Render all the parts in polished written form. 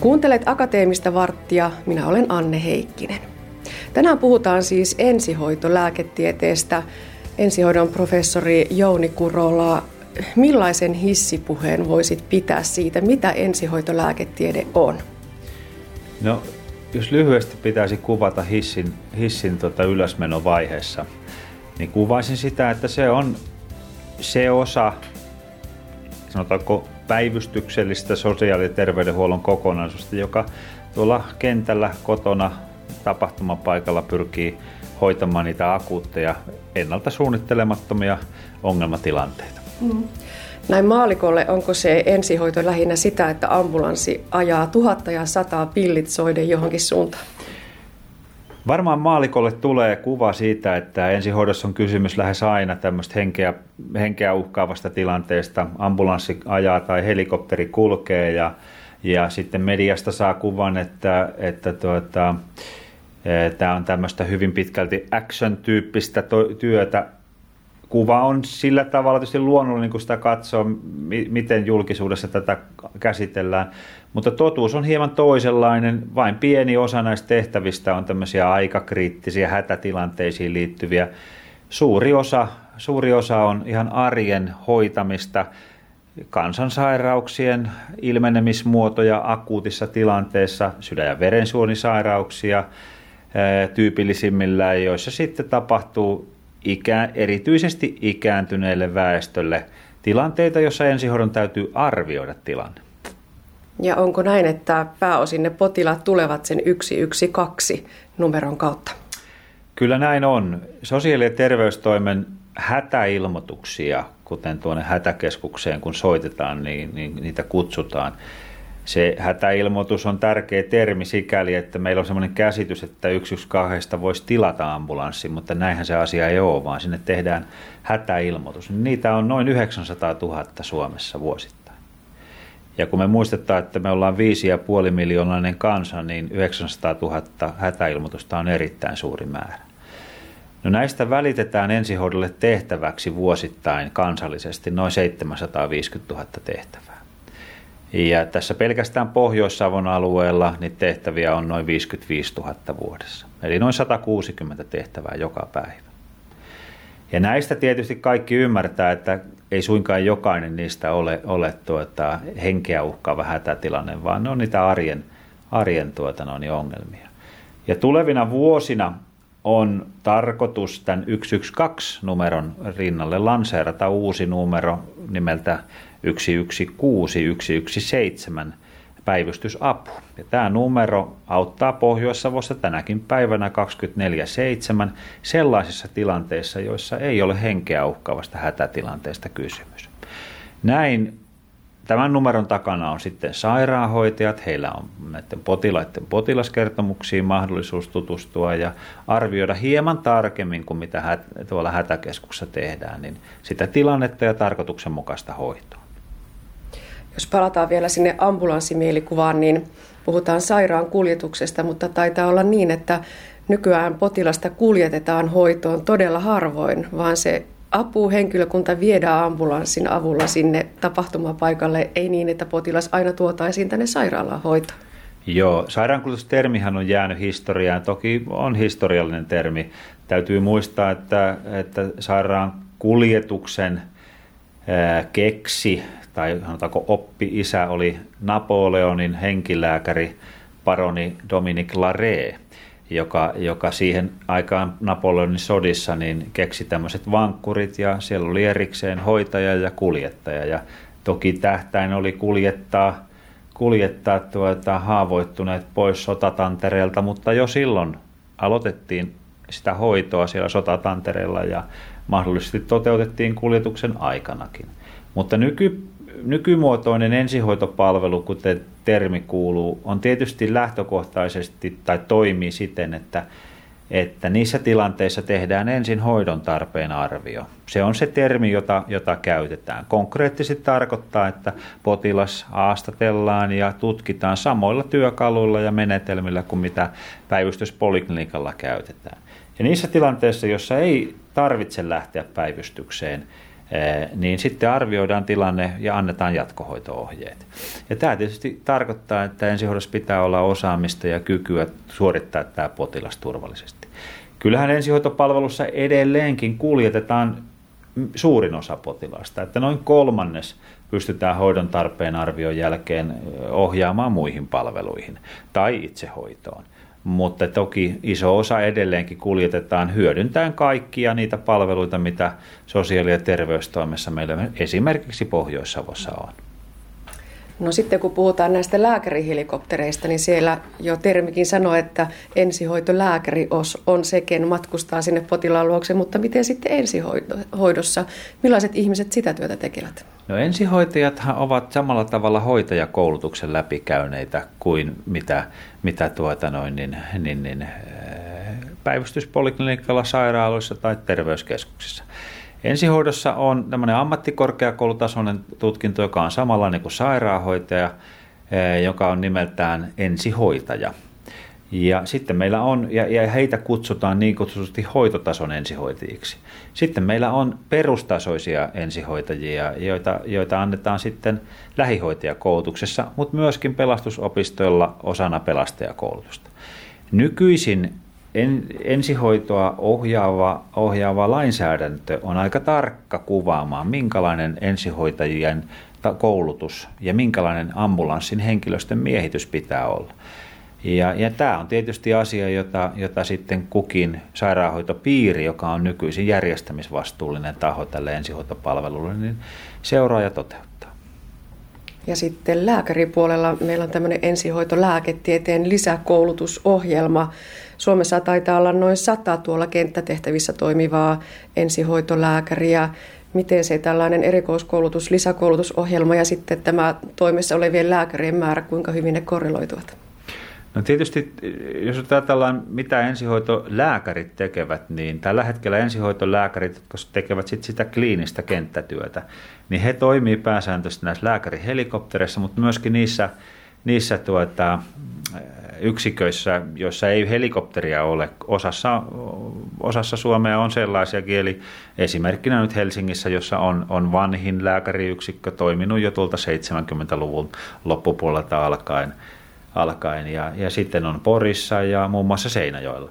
Kuuntelet Akateemista varttia, minä olen Anne Heikkinen. Tänään puhutaan siis ensihoitolääketieteestä. Ensihoidon professori Jouni Kurola, millaisen hissipuheen voisit pitää siitä, mitä ensihoitolääketiede on? No, jos lyhyesti pitäisi kuvata hissin ylösmenovaiheessa, niin kuvaisin sitä, että se on se osa, sanotaanko päivystyksellistä sosiaali- ja terveydenhuollon kokonaisuutta, joka tuolla kentällä, kotona, tapahtumapaikalla pyrkii hoitamaan niitä akuutteja, ennalta suunnittelemattomia ongelmatilanteita. Näin maalikolle, onko se ensihoito lähinnä sitä, että ambulanssi ajaa 1000 ja 100 pillit soiden johonkin suuntaan? Varmaan maalikolle tulee kuva siitä, että ensihoidossa on kysymys lähes aina tämmöistä henkeä uhkaavasta tilanteesta. Ambulanssi ajaa tai helikopteri kulkee ja sitten mediasta saa kuvan, että tämä on tämmöistä hyvin pitkälti action-tyyppistä työtä. Kuva on sillä tavalla tietysti luonnollinen, kun sitä katsoo, miten julkisuudessa tätä käsitellään. Mutta totuus on hieman toisenlainen. Vain pieni osa näistä tehtävistä on tämmöisiä aikakriittisiä hätätilanteisiin liittyviä. Suuri osa on ihan arjen hoitamista, kansansairauksien ilmenemismuotoja akuutissa tilanteessa, sydän- ja verensuonisairauksia tyypillisimmillään, joissa sitten tapahtuu erityisesti ikääntyneelle väestölle tilanteita, joissa ensihoidon täytyy arvioida tilanne. Ja onko näin, että pääosin ne potilaat tulevat sen 112 numeron kautta? Kyllä näin on. Sosiaali- ja terveystoimen hätäilmoituksia, kuten tuonne hätäkeskukseen kun soitetaan, niin niitä kutsutaan. Se hätäilmoitus on tärkeä termi sikäli, että meillä on sellainen käsitys, että 112 voisi tilata ambulanssin, mutta näinhän se asia ei ole, vaan sinne tehdään hätäilmoitus. Niitä on noin 900 000 Suomessa vuosittain. Ja kun me muistetaan, että me ollaan 5,5 miljoonainen kansa, niin 900 000 hätäilmoitusta on erittäin suuri määrä. No näistä välitetään ensihoidolle tehtäväksi vuosittain kansallisesti noin 750 000 tehtävää. Ja tässä pelkästään Pohjois-Savon alueella niin tehtäviä on noin 55 000 vuodessa. Eli noin 160 tehtävää joka päivä. Ja näistä tietysti kaikki ymmärtää, että ei suinkaan jokainen niistä ole henkeä uhkaava hätätilanne, vaan ne on niitä arjen ongelmia. Ja tulevina vuosina on tarkoitus tämän 112-numeron rinnalle lanseerata uusi numero nimeltä 116 117 päivystysapu. Ja tämä numero auttaa Pohjois-Savossa tänäkin päivänä 24/7 sellaisissa tilanteissa, joissa ei ole henkeä uhkaavasta hätätilanteesta kysymys. Näin tämän numeron takana on sitten sairaanhoitajat, heillä on näiden potilaiden potilaskertomuksiin mahdollisuus tutustua ja arvioida hieman tarkemmin kuin mitä tuolla hätäkeskuksessa tehdään, niin sitä tilannetta ja tarkoituksenmukaista hoitoa. Jos palataan vielä sinne ambulanssimielikuvaan, niin puhutaan sairaan kuljetuksesta, mutta taitaa olla niin, että nykyään potilasta kuljetetaan hoitoon todella harvoin, vaan se apuhenkilökunta viedään ambulanssin avulla sinne tapahtumapaikalle, ei niin, että potilas aina tuotaisiin tänne sairaalaan hoitoon. Joo, sairaankuljetustermihän on jäänyt historiaan, toki on historiallinen termi. Täytyy muistaa, että sairaankuljetuksen keksi tai sanotaanko oppi-isä oli Napoleonin henkilääkäri paroni Dominique Larrey, joka siihen aikaan Napoleonin sodissa niin keksi tämmöiset vankkurit ja siellä oli erikseen hoitaja ja kuljettaja. Ja toki tähtäin oli kuljettaa haavoittuneet pois sotatantereelta, mutta jo silloin aloitettiin sitä hoitoa siellä sotatantereella ja mahdollisesti toteutettiin kuljetuksen aikanakin. Mutta nykymuotoinen ensihoitopalvelu, kuten termi kuuluu, on tietysti lähtökohtaisesti tai toimii siten, että niissä tilanteissa tehdään ensin hoidon tarpeen arvio. Se on se termi, jota käytetään. Konkreettisesti tarkoittaa, että potilas haastatellaan ja tutkitaan samoilla työkaluilla ja menetelmillä kuin mitä päivystyspoliklinikalla käytetään. Ja niissä tilanteissa, joissa ei tarvitse lähteä päivystykseen, niin sitten arvioidaan tilanne ja annetaan jatkohoito-ohjeet. Ja tämä tietysti tarkoittaa, että ensihoidossa pitää olla osaamista ja kykyä suorittaa tämä potilas turvallisesti. Kyllähän ensihoitopalvelussa edelleenkin kuljetetaan suurin osa potilaista, että noin 1/3 pystytään hoidon tarpeen arvion jälkeen ohjaamaan muihin palveluihin tai itsehoitoon. Mutta toki iso osa edelleenkin kuljetetaan hyödyntäen kaikkia niitä palveluita, mitä sosiaali- ja terveystoimessa meillä esimerkiksi Pohjois-Savossa on. No sitten kun puhutaan näistä lääkärihelikoptereista, niin siellä jo termikin sanoo, että ensihoitolääkäri on se, ken matkustaa sinne potilaan luokse, mutta miten sitten ensihoidossa, millaiset ihmiset sitä työtä tekevät? No ensihoitajathan ovat samalla tavalla hoitajakoulutuksen läpikäyneitä kuin mitä päivystyspoliklinikalla, sairaaloissa tai terveyskeskuksissa. Ensihoidossa on tämmöinen ammattikorkeakoulutasoinen tutkinto, joka on samanlainen kuin sairaanhoitaja, joka on nimeltään ensihoitaja. Ja sitten meillä on, ja heitä kutsutaan niin kutsutusti hoitotason ensihoitajiksi. Sitten meillä on perustasoisia ensihoitajia, joita annetaan sitten lähihoitajakoulutuksessa, mutta myöskin pelastusopistoilla osana pelastajakoulutusta. Nykyisin ensihoitoa ohjaava lainsäädäntö on aika tarkka kuvaamaan, minkälainen ensihoitajien koulutus ja minkälainen ambulanssin henkilöstön miehitys pitää olla. Ja tämä on tietysti asia, jota sitten kukin sairaanhoitopiiri, joka on nykyisin järjestämisvastuullinen taho tälle ensihoitopalvelulle, niin seuraa ja toteuttaa. Ja sitten lääkäripuolella meillä on tämmöinen ensihoitolääketieteen lisäkoulutusohjelma. Suomessa taitaa olla noin 100 tuolla kenttätehtävissä toimivaa ensihoitolääkäriä. Miten se tällainen erikoiskoulutus, lisäkoulutusohjelma ja sitten tämä toimessa olevien lääkärien määrä, kuinka hyvin ne korreloituvat? No tietysti, jos ajatellaan, mitä ensihoitolääkärit tekevät, niin tällä hetkellä ensihoitolääkärit, jotka tekevät sitä kliinistä kenttätyötä, niin he toimii pääsääntöisesti näissä lääkärihelikoptereissa, mutta myöskin niissä yksiköissä, joissa ei helikopteria ole. Osassa Suomea on sellaisiakin, eli esimerkkinä nyt Helsingissä, jossa on vanhin lääkäriyksikkö toiminut jo tuolta 70-luvun loppupuolelta alkaen ja sitten on Porissa ja muun muassa Seinäjoella.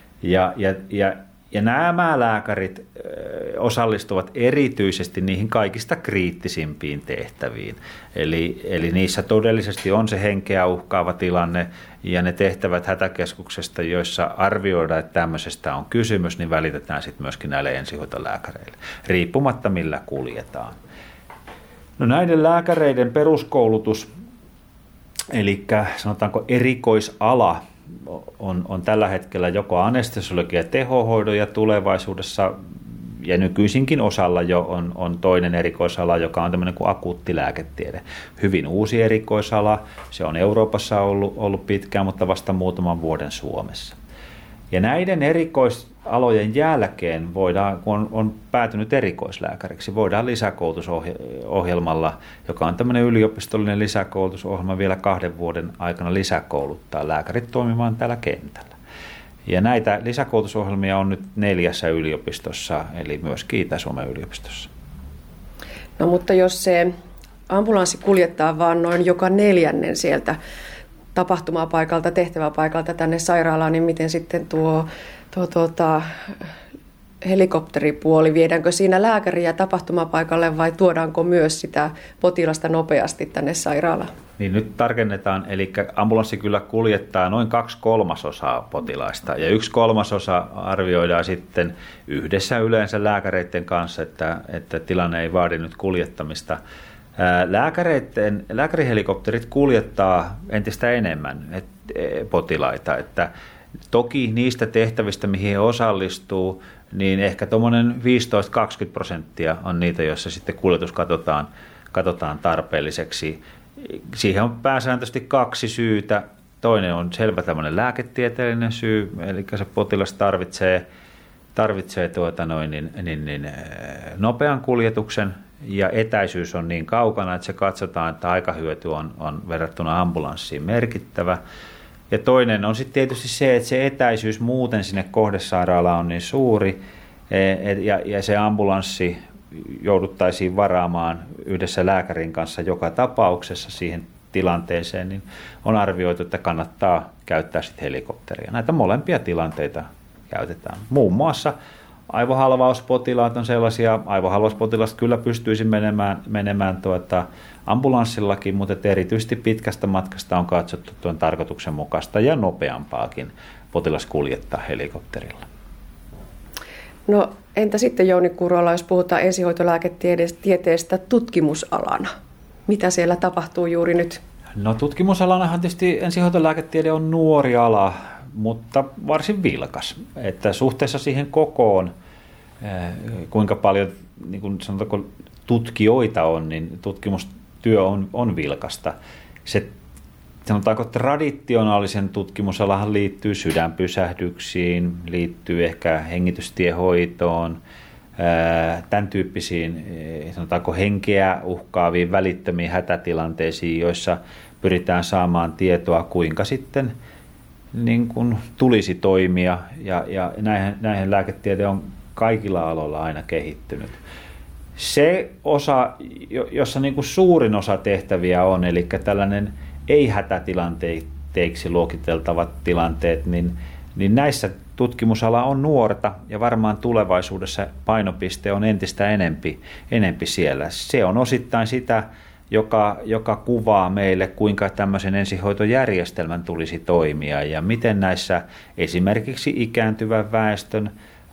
Ja nämä lääkärit osallistuvat erityisesti niihin kaikista kriittisimpiin tehtäviin. Eli niissä todellisesti on se henkeä uhkaava tilanne ja ne tehtävät hätäkeskuksesta, joissa arvioidaan, että tämmöisestä on kysymys, niin välitetään sitten myöskin näille ensihoitolääkäreille, riippumatta millä kuljetaan. No näiden lääkäreiden peruskoulutus, eli sanotaanko erikoisala, on tällä hetkellä joko anestesiologia ja tehohoidon ja tulevaisuudessa ja nykyisinkin osalla jo on toinen erikoisala, joka on tämmöinen kuin akuuttilääketiede. Hyvin uusi erikoisala, se on Euroopassa ollut pitkään, mutta vasta muutaman vuoden Suomessa. Ja näiden erikoisalojen jälkeen voidaan, kun on päätynyt erikoislääkäriksi, voidaan lisäkoulutusohjelmalla, joka on tämmöinen yliopistollinen lisäkoulutusohjelma, vielä 2 vuoden aikana lisäkouluttaa lääkärit toimimaan täällä kentällä. Ja näitä lisäkoulutusohjelmia on nyt 4 yliopistossa, eli myös Itä-Suomen yliopistossa. No mutta jos se ambulanssi kuljettaa vaan noin joka 4. sieltä tapahtumapaikalta, tehtäväpaikalta tänne sairaalaan, niin miten sitten tuo helikopteripuoli, viedäänkö siinä lääkäriä tapahtumapaikalle vai tuodaanko myös sitä potilasta nopeasti tänne sairaalaan? Niin nyt tarkennetaan, eli ambulanssi kyllä kuljettaa noin 2/3 potilaista ja 1/3 arvioidaan sitten yhdessä yleensä lääkäreiden kanssa, että tilanne ei vaadi nyt kuljettamista. Lääkärihelikopterit kuljettaa entistä enemmän potilaita, että toki niistä tehtävistä, mihin he osallistuu, niin ehkä tuommoinen 15-20% on niitä, joissa sitten kuljetus katsotaan tarpeelliseksi. Siihen on pääsääntöisesti 2 syytä. Toinen on selvä tämmöinen lääketieteellinen syy, eli se potilas tarvitsee nopean kuljetuksen ja etäisyys on niin kaukana, että se katsotaan, että aikahyöty on verrattuna ambulanssiin merkittävä. Ja toinen on sitten tietysti se, että se etäisyys muuten sinne kohdesairaalaan on niin suuri ja se ambulanssi jouduttaisiin varaamaan yhdessä lääkärin kanssa joka tapauksessa siihen tilanteeseen, niin on arvioitu, että kannattaa käyttää sitten helikopteria. Näitä molempia tilanteita käytetään. Muun muassa aivohalvauspotilaat on sellaisia, aivohalvauspotilaat kyllä pystyisi menemään ambulanssillakin, mutta erityisesti pitkästä matkasta on katsottu tuon tarkoituksenmukaista ja nopeampaakin potilas kuljettaa helikopterilla. No entä sitten Jouni Kurola, jos puhutaan ensihoitolääketieteestä tutkimusalana? Mitä siellä tapahtuu juuri nyt? No tutkimusalanahan tietysti ensihoitolääketiede on nuori ala, mutta varsin vilkas. Että suhteessa siihen kokoon, kuinka paljon niin kuin sanotaanko, tutkijoita on, niin tutkimustyö on vilkasta. Se sanotaanko traditionaalisen tutkimusalahan liittyy sydänpysähdyksiin, liittyy ehkä hengitystiehoitoon, tämän tyyppisiin sanotaanko henkeä uhkaaviin välittömiin hätätilanteisiin, joissa pyritään saamaan tietoa, kuinka sitten niin kuin tulisi toimia, ja näihin lääketiede on kaikilla aloilla aina kehittynyt. Se osa, jossa niin kuin suurin osa tehtäviä on, eli tällainen ei-hätätilanteiksi luokiteltavat tilanteet, niin näissä tutkimusala on nuorta ja varmaan tulevaisuudessa painopiste on entistä enempi siellä. Se on osittain sitä, joka kuvaa meille, kuinka tämmöisen ensihoitojärjestelmän tulisi toimia ja miten näissä esimerkiksi ikääntyvän väestön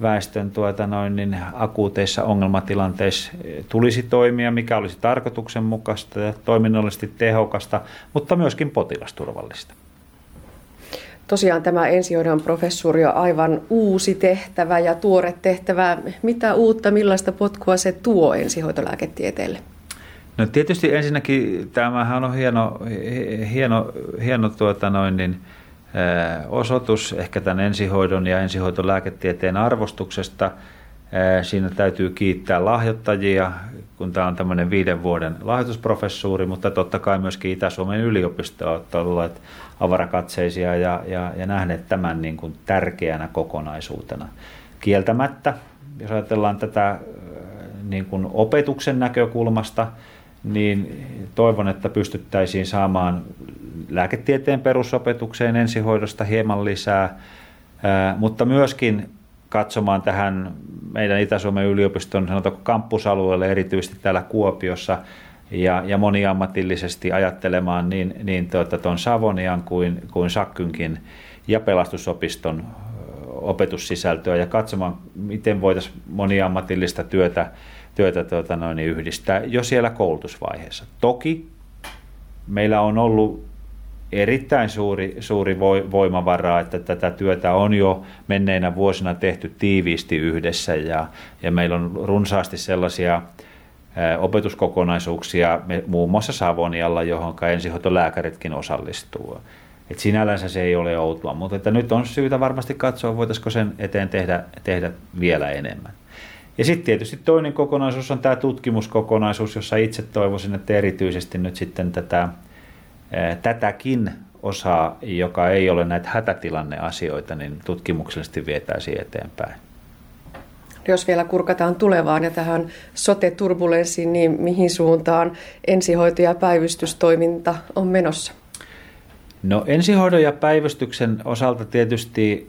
akuuteissa ongelmatilanteissa tulisi toimia, mikä olisi tarkoituksenmukaista ja toiminnallisesti tehokasta, mutta myöskin potilasturvallista. Tosiaan tämä ensihoidon professuuri on aivan uusi tehtävä ja tuore tehtävä. Mitä uutta, millaista potkua se tuo ensihoitolääketieteelle? No tietysti ensinnäkin tämähän on hieno osoitus ehkä tämän ensihoidon ja ensihoitolääketieteen arvostuksesta. Siinä täytyy kiittää lahjoittajia, kun tämä on tämmöinen 5 vuoden lahjoitusprofessuuri, mutta totta kai myöskin Itä-Suomen yliopisto ovat olleet avarakatseisia ja nähneet tämän niin kuin tärkeänä kokonaisuutena. Kieltämättä, jos ajatellaan tätä niin kuin opetuksen näkökulmasta, niin toivon, että pystyttäisiin saamaan lääketieteen perusopetukseen ensihoidosta hieman lisää, mutta myöskin katsomaan tähän meidän Itä-Suomen yliopiston sanotaanko kampusalueelle, erityisesti täällä Kuopiossa, ja moniammatillisesti ajattelemaan niin tuon Savonian kuin Sakkynkin ja pelastusopiston opetussisältöä ja katsomaan, miten voitaisiin moniammatillista työtä yhdistää jo siellä koulutusvaiheessa. Toki meillä on ollut erittäin suuri voimavara, että tätä työtä on jo menneinä vuosina tehty tiiviisti yhdessä ja meillä on runsaasti sellaisia opetuskokonaisuuksia muun muassa Savonialla, johon ensihoitolääkäritkin osallistuu. Et sinällänsä se ei ole outoa, mutta että nyt on syytä varmasti katsoa, voitaisiko sen eteen tehdä vielä enemmän. Ja sitten tietysti toinen kokonaisuus on tämä tutkimuskokonaisuus, jossa itse toivoisin, että erityisesti nyt sitten tätäkin osaa, joka ei ole näitä hätätilanneasioita, niin tutkimuksellisesti vietäisiin eteenpäin. Jos vielä kurkataan tulevaan ja tähän sote-turbulenssiin, niin mihin suuntaan ensihoito- ja päivystystoiminta on menossa? No ensihoidon ja päivystyksen osalta tietysti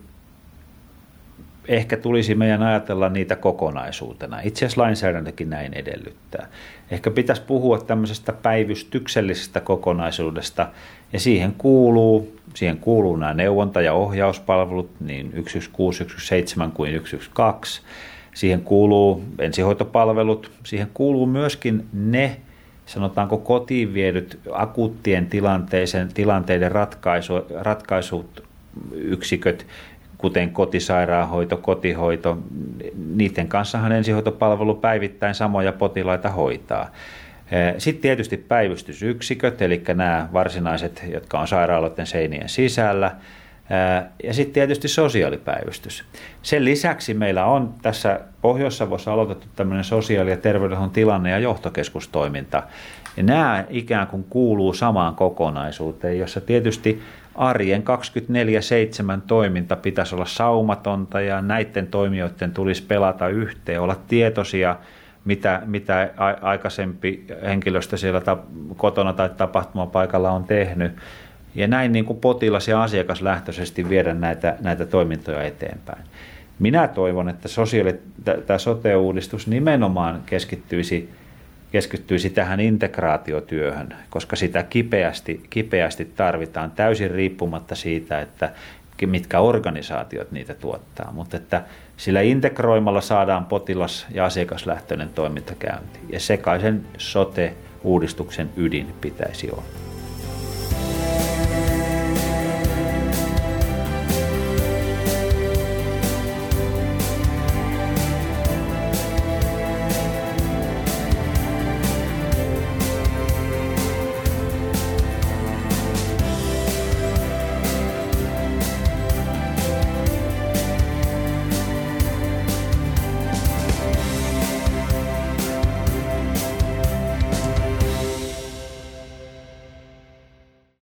ehkä tulisi meidän ajatella niitä kokonaisuutena. Itse asiassa lainsäädäntökin näin edellyttää. Ehkä pitäisi puhua tämmöisestä päivystyksellisestä kokonaisuudesta, ja siihen kuuluu nämä neuvonta- ja ohjauspalvelut, niin 116, 117 kuin 112. Siihen kuuluu ensihoitopalvelut, siihen kuuluu myöskin ne, sanotaanko kotiin viedyt akuuttien tilanteiden ratkaisut yksiköt, kuten kotisairaanhoito, kotihoito, niiden kanssahan ensihoitopalvelu päivittäin samoja potilaita hoitaa. Sitten tietysti päivystysyksiköt, eli nämä varsinaiset, jotka on sairaaloiden seinien sisällä, ja sitten tietysti sosiaalipäivystys. Sen lisäksi meillä on tässä Pohjois-Savossa aloitettu tämmöinen sosiaali- ja terveydenhuollon tilanne- ja johtokeskustoiminta, ja nämä ikään kuin kuuluu samaan kokonaisuuteen, jossa tietysti arjen 24/7 toiminta pitäisi olla saumatonta ja näiden toimijoiden tulisi pelata yhteen, olla tietoisia mitä aikaisempi henkilöstö siellä kotona tai tapahtumapaikalla on tehnyt. Ja näin niin kuin potilas- ja asiakaslähtöisesti viedä näitä toimintoja eteenpäin. Minä toivon, että tämä sote-uudistus nimenomaan keskittyisi tähän integraatiotyöhön, koska sitä kipeästi tarvitaan täysin riippumatta siitä, että mitkä organisaatiot niitä tuottaa. Mutta että sillä integroimalla saadaan potilas- ja asiakaslähtöinen toiminta käyntiin. Ja se kai sen sote-uudistuksen ydin pitäisi olla.